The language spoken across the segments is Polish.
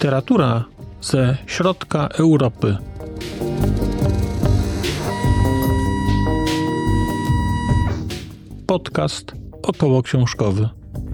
Literatura ze środka Europy. Podcast okołoksiążkowy.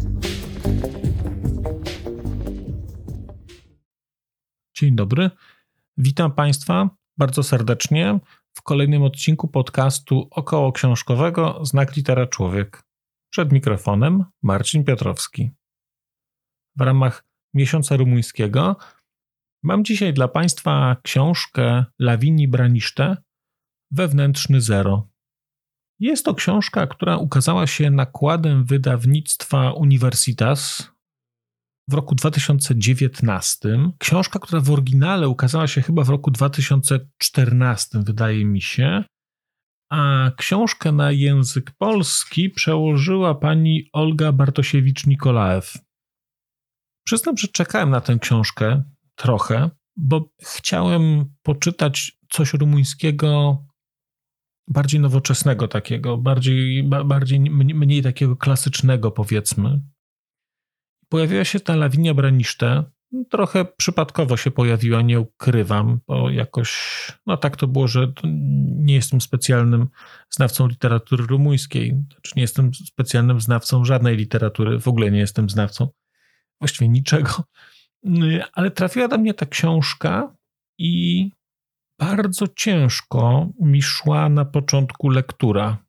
Dzień dobry. Witam Państwa bardzo serdecznie w kolejnym odcinku podcastu okołoksiążkowego Znak Litera Człowiek. Przed mikrofonem Marcin Piotrowski. W ramach Miesiąca Rumuńskiego mam dzisiaj dla Państwa książkę Lavinii Braniște Wewnętrzny Zero. Jest to książka, która ukazała się nakładem wydawnictwa Universitas w roku 2019. Książka, która w oryginale ukazała się chyba w roku 2014, wydaje mi się, a książkę na język polski przełożyła pani Olga Bartosiewicz-Nikolaew. Przyznam, że czekałem na tę książkę trochę, bo chciałem poczytać coś rumuńskiego bardziej nowoczesnego takiego, mniej takiego klasycznego, powiedzmy. Pojawiła się ta Lavinia Braniște, trochę przypadkowo się pojawiła, nie ukrywam, bo jakoś, tak to było, że nie jestem specjalnym znawcą literatury rumuńskiej, znaczy nie jestem specjalnym znawcą żadnej literatury, w ogóle nie jestem znawcą, właściwie niczego, ale trafiła do mnie ta książka i bardzo ciężko mi szła na początku lektura.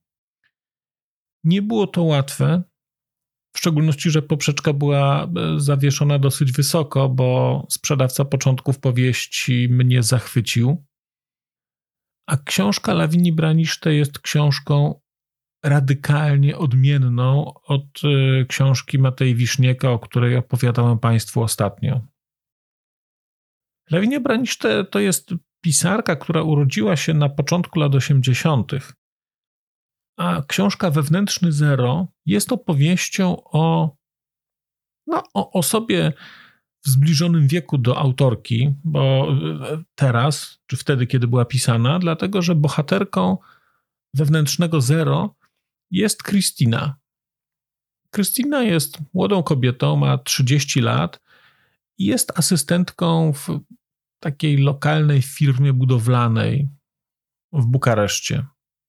Nie było to łatwe, w szczególności, że poprzeczka była zawieszona dosyć wysoko, bo sprzedawca początków powieści mnie zachwycił. A książka Lavinii Braniște jest książką radykalnie odmienną od książki Matei Wiśnieka, o której opowiadałem Państwu ostatnio. Lavinia Braniște to jest pisarka, która urodziła się na początku lat 80., a książka Wewnętrzny Zero jest opowieścią o osobie w zbliżonym wieku do autorki, bo teraz, czy wtedy, kiedy była pisana, dlatego, że bohaterką Wewnętrznego Zero jest Krystyna. Krystyna jest młodą kobietą, ma 30 lat i jest asystentką w takiej lokalnej firmie budowlanej w Bukareszcie.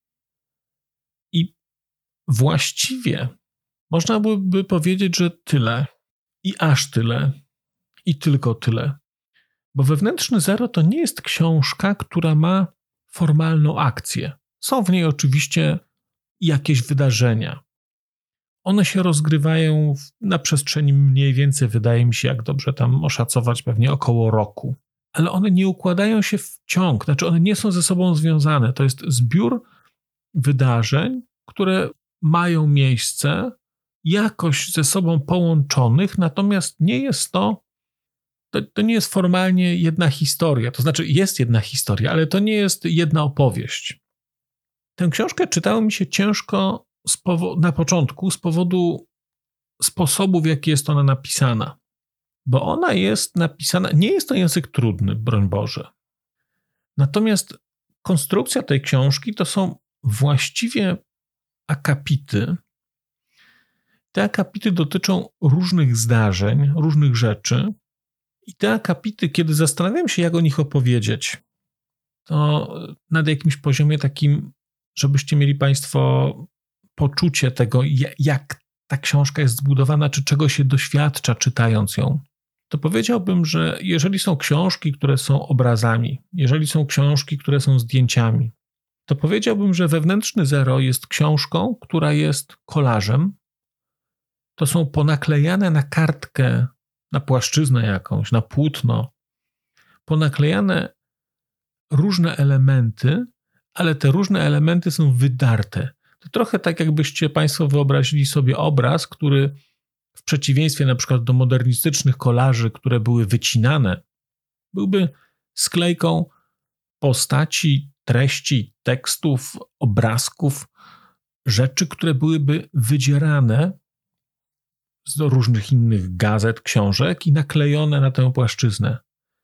I właściwie można byłoby powiedzieć, że tyle i aż tyle i tylko tyle. Bo Wewnętrzny Zero to nie jest książka, która ma formalną akcję. Są w niej oczywiście jakieś wydarzenia. One się rozgrywają na przestrzeni mniej więcej, wydaje mi się, jak dobrze tam oszacować, pewnie około roku. Ale one nie układają się w ciąg, znaczy one nie są ze sobą związane. To jest zbiór wydarzeń, które mają miejsce, jakoś ze sobą połączonych, natomiast nie jest to nie jest formalnie jedna historia. To znaczy jest jedna historia, ale to nie jest jedna opowieść. Tę książkę czytało mi się ciężko na początku z powodu sposobu, w jaki jest ona napisana. Bo ona jest napisana, nie jest to język trudny, broń Boże. Natomiast konstrukcja tej książki to są właściwie akapity. Te akapity dotyczą różnych zdarzeń, różnych rzeczy. I te akapity, kiedy zastanawiam się, jak o nich opowiedzieć, to na jakimś poziomie takim, żebyście mieli Państwo poczucie tego, jak ta książka jest zbudowana, czy czego się doświadcza czytając ją, to powiedziałbym, że jeżeli są książki, które są obrazami, jeżeli są książki, które są zdjęciami, to powiedziałbym, że Wewnętrzny Zero jest książką, która jest kolażem. To są ponaklejane na kartkę, na płaszczyznę jakąś, na płótno, ponaklejane różne elementy, ale te różne elementy są wydarte. To trochę tak, jakbyście Państwo wyobrazili sobie obraz, który w przeciwieństwie na przykład do modernistycznych kolaży, które były wycinane, byłby sklejką postaci, treści, tekstów, obrazków, rzeczy, które byłyby wydzierane z różnych innych gazet, książek i naklejone na tę płaszczyznę.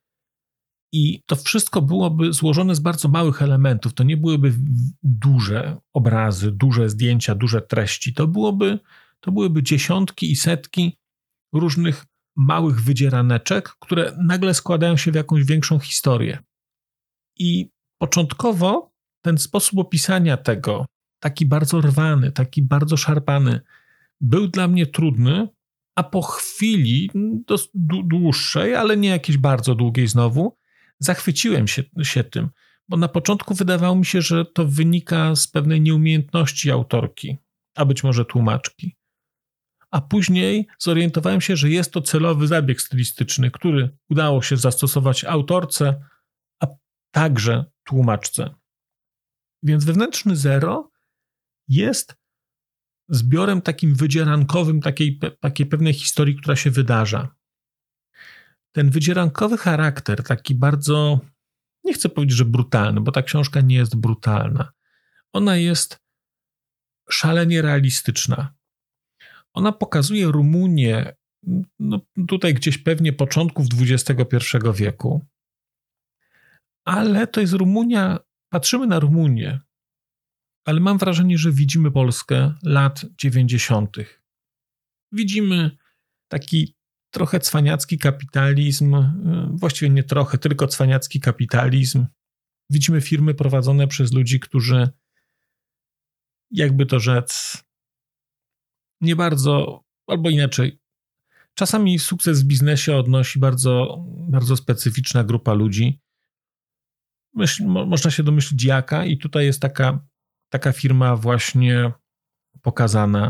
I to wszystko byłoby złożone z bardzo małych elementów. To nie byłyby duże obrazy, duże zdjęcia, duże treści. To byłyby dziesiątki i setki różnych małych wydzieraneczek, które nagle składają się w jakąś większą historię. I początkowo ten sposób opisania tego, taki bardzo rwany, taki bardzo szarpany, był dla mnie trudny, a po chwili, dość dłuższej, ale nie jakiejś bardzo długiej znowu, zachwyciłem się tym, bo na początku wydawało mi się, że to wynika z pewnej nieumiejętności autorki, a być może tłumaczki. A później zorientowałem się, że jest to celowy zabieg stylistyczny, który udało się zastosować autorce, a także tłumaczce. Więc Wewnętrzny Zero jest zbiorem takim wydzierankowym takiej pewnej historii, która się wydarza. Ten wydzierankowy charakter, taki bardzo, nie chcę powiedzieć, że brutalny, bo ta książka nie jest brutalna. Ona jest szalenie realistyczna. Ona pokazuje Rumunię, tutaj gdzieś pewnie początków XXI wieku, ale to jest Rumunia, patrzymy na Rumunię, ale mam wrażenie, że widzimy Polskę lat 90. Widzimy taki trochę cwaniacki kapitalizm, właściwie nie trochę, tylko cwaniacki kapitalizm. Widzimy firmy prowadzone przez ludzi, którzy, jakby to rzec, nie bardzo, albo inaczej, czasami sukces w biznesie odnosi bardzo, bardzo specyficzna grupa ludzi. Można się domyślić jaka, i tutaj jest taka firma właśnie pokazana.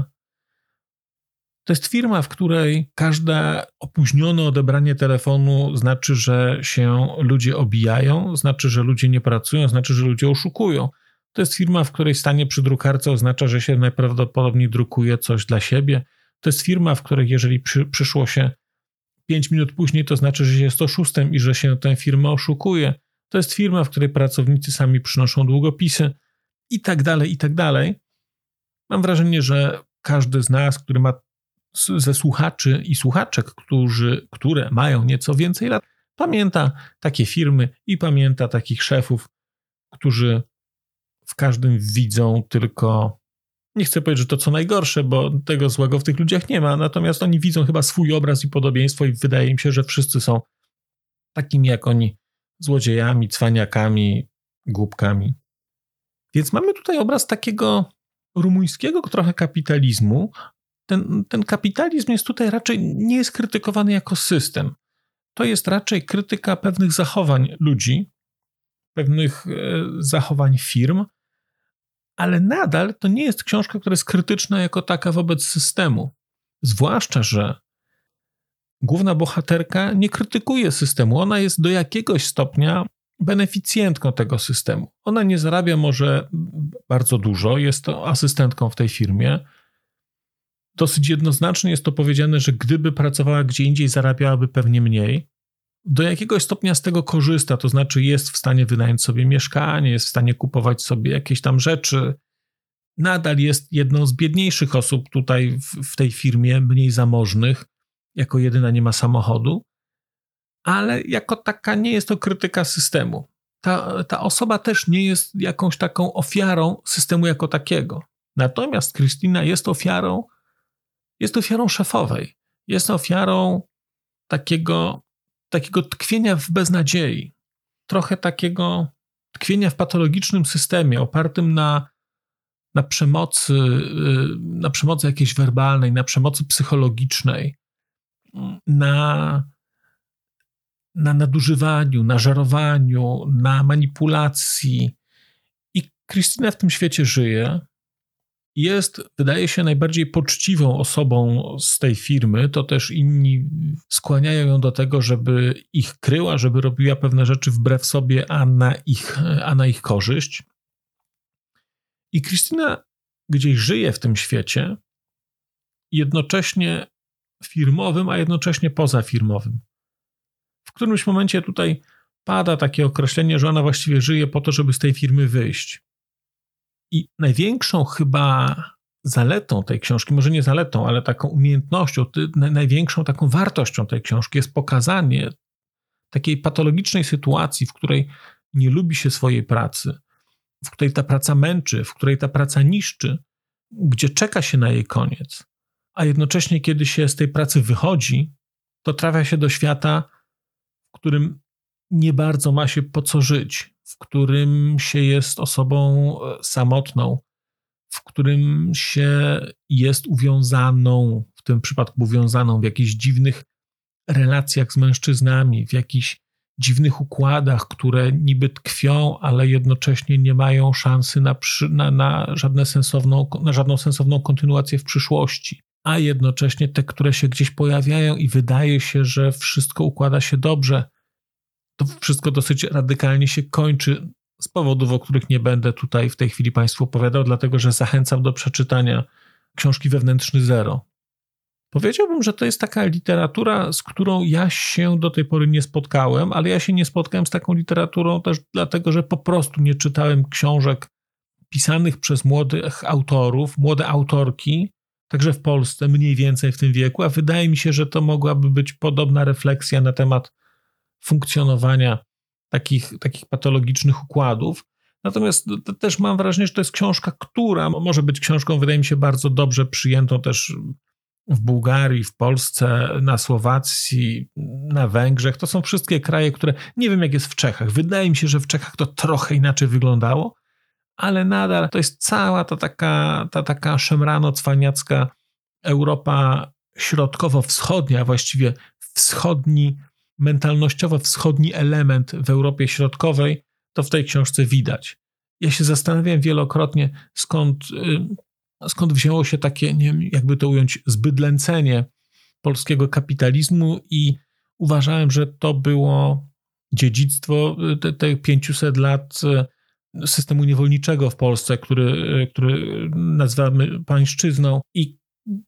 To jest firma, w której każde opóźnione odebranie telefonu znaczy, że się ludzie obijają, znaczy, że ludzie nie pracują, znaczy, że ludzie oszukują. To jest firma, w której stanie przy drukarce oznacza, że się najprawdopodobniej drukuje coś dla siebie. To jest firma, w której jeżeli przyszło się 5 minut później, to znaczy, że jest oszustem i że się tę firmę oszukuje. To jest firma, w której pracownicy sami przynoszą długopisy i tak dalej, i tak dalej. Mam wrażenie, że każdy z nas, który ma ze słuchaczy i słuchaczek, które mają nieco więcej lat, pamięta takie firmy i pamięta takich szefów, którzy w każdym widzą tylko, nie chcę powiedzieć, że to co najgorsze, bo tego złego w tych ludziach nie ma, natomiast oni widzą chyba swój obraz i podobieństwo i wydaje im się, że wszyscy są takimi jak oni, złodziejami, cwaniakami, głupkami. Więc mamy tutaj obraz takiego rumuńskiego trochę kapitalizmu. Ten kapitalizm jest tutaj raczej, nie jest krytykowany jako system. To jest raczej krytyka pewnych zachowań ludzi, pewnych zachowań firm, ale nadal to nie jest książka, która jest krytyczna jako taka wobec systemu. Zwłaszcza, że główna bohaterka nie krytykuje systemu. Ona jest do jakiegoś stopnia beneficjentką tego systemu. Ona nie zarabia może bardzo dużo, jest to asystentką w tej firmie. Dosyć jednoznacznie jest to powiedziane, że gdyby pracowała gdzie indziej, zarabiałaby pewnie mniej. Do jakiegoś stopnia z tego korzysta, to znaczy jest w stanie wynająć sobie mieszkanie, jest w stanie kupować sobie jakieś tam rzeczy. Nadal jest jedną z biedniejszych osób tutaj w tej firmie, mniej zamożnych. Jako jedyna nie ma samochodu, ale jako taka nie jest to krytyka systemu. Ta osoba też nie jest jakąś taką ofiarą systemu jako takiego. Natomiast Krystyna jest ofiarą szefowej. Jest ofiarą takiego tkwienia w beznadziei. Trochę takiego tkwienia w patologicznym systemie opartym na przemocy jakiejś werbalnej, na przemocy psychologicznej, na nadużywaniu, na żarowaniu, na manipulacji. I Krystyna w tym świecie żyje. Jest, wydaje się, najbardziej poczciwą osobą z tej firmy. To też inni skłaniają ją do tego, żeby ich kryła, żeby robiła pewne rzeczy wbrew sobie, a na ich korzyść. I Krystyna gdzieś żyje w tym świecie, jednocześnie firmowym, a jednocześnie pozafirmowym. W którymś momencie tutaj pada takie określenie, że ona właściwie żyje po to, żeby z tej firmy wyjść. I największą chyba zaletą tej książki, może nie zaletą, ale taką umiejętnością, największą taką wartością tej książki jest pokazanie takiej patologicznej sytuacji, w której nie lubi się swojej pracy, w której ta praca męczy, w której ta praca niszczy, gdzie czeka się na jej koniec, a jednocześnie kiedy się z tej pracy wychodzi, to trafia się do świata, w którym nie bardzo ma się po co żyć, w którym się jest osobą samotną, w którym się jest uwiązaną, w tym przypadku uwiązaną w jakichś dziwnych relacjach z mężczyznami, w jakichś dziwnych układach, które niby tkwią, ale jednocześnie nie mają szansy na żadną sensowną kontynuację w przyszłości. A jednocześnie te, które się gdzieś pojawiają i wydaje się, że wszystko układa się dobrze, to wszystko dosyć radykalnie się kończy z powodów, o których nie będę tutaj w tej chwili Państwu opowiadał, dlatego że zachęcam do przeczytania książki Wewnętrzny Zero. Powiedziałbym, że to jest taka literatura, z którą ja się do tej pory nie spotkałem, ale ja się nie spotkałem z taką literaturą też dlatego, że po prostu nie czytałem książek pisanych przez młodych autorów, młode autorki, także w Polsce mniej więcej w tym wieku, a wydaje mi się, że to mogłaby być podobna refleksja na temat funkcjonowania takich patologicznych układów. Natomiast też mam wrażenie, że to jest książka, która może być książką, wydaje mi się, bardzo dobrze przyjętą też w Bułgarii, w Polsce, na Słowacji, na Węgrzech. To są wszystkie kraje, które nie wiem jak jest w Czechach. Wydaje mi się, że w Czechach to trochę inaczej wyglądało, ale nadal to jest cała ta taka szemrano-cwaniacka Europa środkowo-wschodnia, właściwie mentalnościowo wschodni element w Europie Środkowej, to w tej książce widać. Ja się zastanawiam wielokrotnie, skąd wzięło się takie, nie wiem, jakby to ująć, zbydlęcenie polskiego kapitalizmu i uważałem, że to było dziedzictwo te 500 lat systemu niewolniczego w Polsce, który nazywamy pańszczyzną i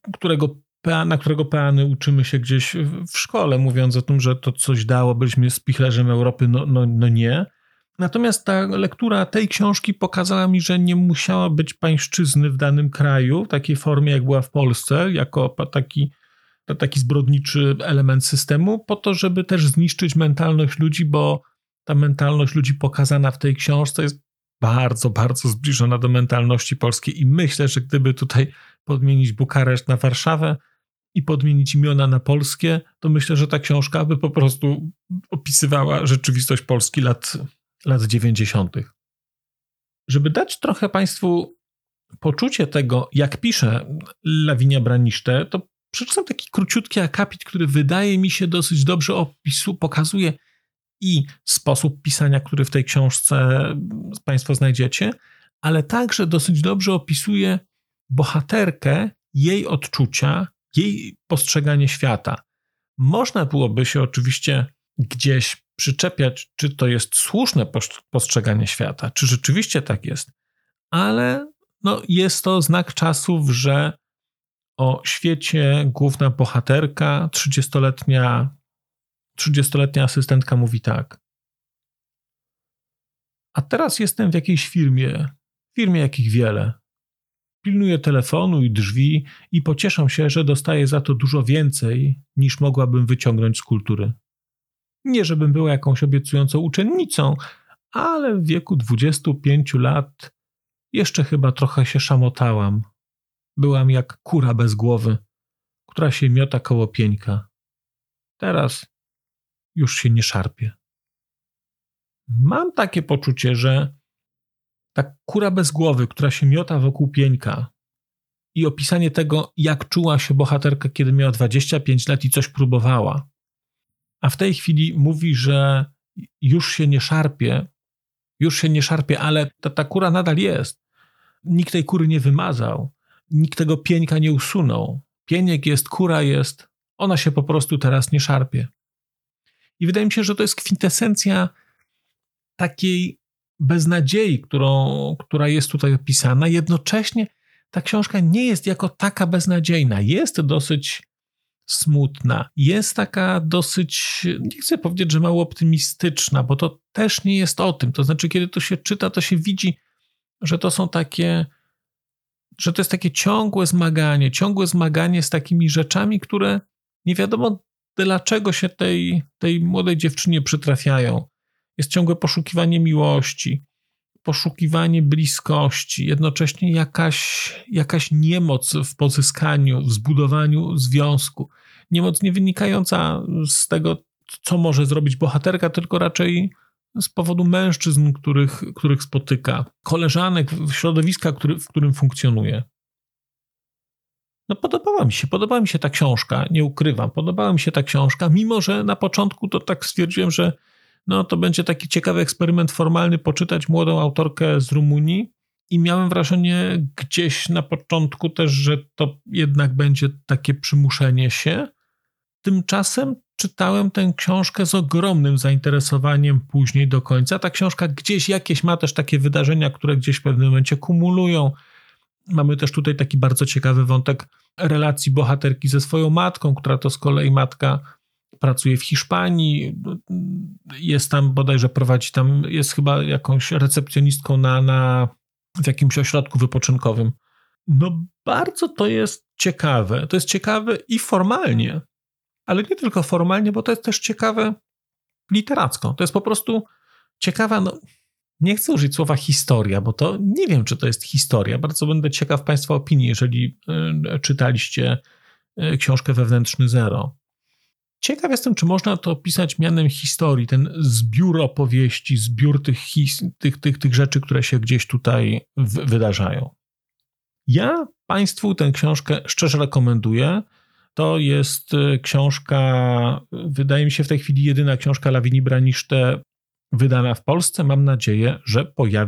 na którego peany uczymy się gdzieś w szkole, mówiąc o tym, że to coś dało, byliśmy spichlerzem Europy, no nie. Natomiast ta lektura tej książki pokazała mi, że nie musiała być pańszczyzny w danym kraju w takiej formie, jak była w Polsce, jako taki zbrodniczy element systemu, po to, żeby też zniszczyć mentalność ludzi, bo ta mentalność ludzi pokazana w tej książce jest bardzo, bardzo zbliżona do mentalności polskiej i myślę, że gdyby tutaj podmienić Bukareszt na Warszawę i podmienić imiona na polskie, to myślę, że ta książka by po prostu opisywała rzeczywistość Polski lat 90. Żeby dać trochę Państwu poczucie tego, jak pisze Lavinia Braniszte, to przeczytam taki króciutki akapit, który wydaje mi się dosyć dobrze pokazuje i sposób pisania, który w tej książce Państwo znajdziecie, ale także dosyć dobrze opisuje bohaterkę, jej odczucia, jej postrzeganie świata. Można byłoby się oczywiście gdzieś przyczepiać, czy to jest słuszne postrzeganie świata, czy rzeczywiście tak jest, ale jest to znak czasów, że o świecie główna bohaterka, 30-letnia asystentka mówi tak. A teraz jestem w jakiejś firmie jakich wiele. Pilnuję telefonu i drzwi i pocieszę się, że dostaję za to dużo więcej, niż mogłabym wyciągnąć z kultury. Nie, żebym była jakąś obiecującą uczennicą, ale w wieku 25 lat jeszcze chyba trochę się szamotałam. Byłam jak kura bez głowy, która się miota koło pieńka. Teraz już się nie szarpie. Mam takie poczucie, że ta kura bez głowy, która się miota wokół pieńka i opisanie tego, jak czuła się bohaterka, kiedy miała 25 lat i coś próbowała, a w tej chwili mówi, że już się nie szarpie, ale ta kura nadal jest. Nikt tej kury nie wymazał, nikt tego pieńka nie usunął. Pieniek jest, kura jest, ona się po prostu teraz nie szarpie. I wydaje mi się, że to jest kwintesencja takiej beznadziei, która jest tutaj opisana. Jednocześnie ta książka nie jest jako taka beznadziejna. Jest dosyć smutna. Jest taka dosyć, nie chcę powiedzieć, że mało optymistyczna, bo to też nie jest o tym. To znaczy, kiedy to się czyta, to się widzi, że to jest takie ciągłe zmaganie z takimi rzeczami, które nie wiadomo dlaczego się tej młodej dziewczynie przytrafiają. Jest ciągłe poszukiwanie miłości, poszukiwanie bliskości, jednocześnie jakaś niemoc w pozyskaniu, w zbudowaniu związku. nie wynikająca z tego, co może zrobić bohaterka, tylko raczej z powodu mężczyzn, których spotyka, koleżanek, środowiska, w którym funkcjonuje. No podobała mi się ta książka, nie ukrywam, podobała mi się ta książka, mimo że na początku to tak stwierdziłem, że no to będzie taki ciekawy eksperyment formalny, poczytać młodą autorkę z Rumunii i miałem wrażenie gdzieś na początku też, że to jednak będzie takie przymuszenie się. Tymczasem czytałem tę książkę z ogromnym zainteresowaniem później do końca. Ta książka gdzieś jakieś ma też takie wydarzenia, które gdzieś w pewnym momencie kumulują. Mamy też tutaj taki bardzo ciekawy wątek relacji bohaterki ze swoją matką, która to z kolei matka pracuje w Hiszpanii, jest tam bodajże prowadzi tam, jest chyba jakąś recepcjonistką w jakimś ośrodku wypoczynkowym. No bardzo to jest ciekawe. To jest ciekawe i formalnie, ale nie tylko formalnie, bo to jest też ciekawe literacko. To jest po prostu ciekawa, no nie chcę użyć słowa historia, bo to nie wiem, czy to jest historia. Bardzo będę ciekaw Państwa opinii, jeżeli czytaliście książkę Wewnętrzny Zero. Ciekaw jestem, czy można to opisać mianem historii, ten zbiór opowieści, zbiór tych rzeczy, które się gdzieś tutaj wydarzają. Ja Państwu tę książkę szczerze rekomenduję. To jest książka, wydaje mi się w tej chwili jedyna książka Lawinii Braniszte wydana w Polsce. Mam nadzieję, że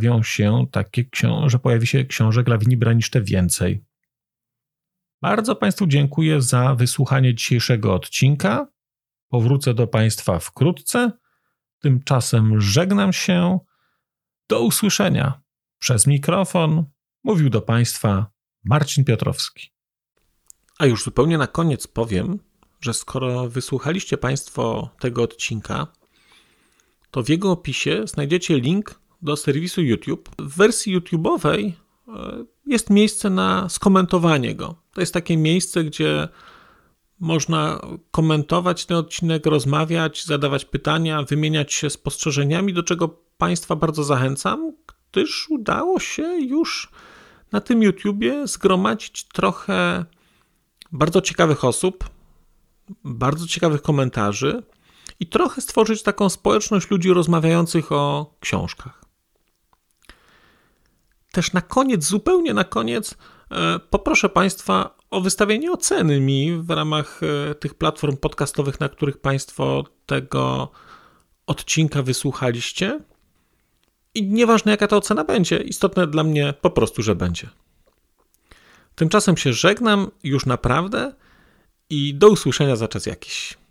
pojawi się książek Lawinii Braniszte więcej. Bardzo Państwu dziękuję za wysłuchanie dzisiejszego odcinka. Powrócę do Państwa wkrótce. Tymczasem żegnam się. Do usłyszenia. Przez mikrofon mówił do Państwa Marcin Piotrowski. A już zupełnie na koniec powiem, że skoro wysłuchaliście Państwo tego odcinka, to w jego opisie znajdziecie link do serwisu YouTube. W wersji YouTube'owej jest miejsce na skomentowanie go. To jest takie miejsce, gdzie można komentować ten odcinek, rozmawiać, zadawać pytania, wymieniać się spostrzeżeniami, do czego Państwa bardzo zachęcam, gdyż udało się już na tym YouTubie zgromadzić trochę bardzo ciekawych osób, bardzo ciekawych komentarzy i trochę stworzyć taką społeczność ludzi rozmawiających o książkach. Też na koniec, zupełnie na koniec, poproszę Państwa o wystawienie oceny mi w ramach tych platform podcastowych, na których Państwo tego odcinka wysłuchaliście. I nieważne jaka ta ocena będzie, istotne dla mnie po prostu, że będzie. Tymczasem się żegnam już naprawdę i do usłyszenia za czas jakiś.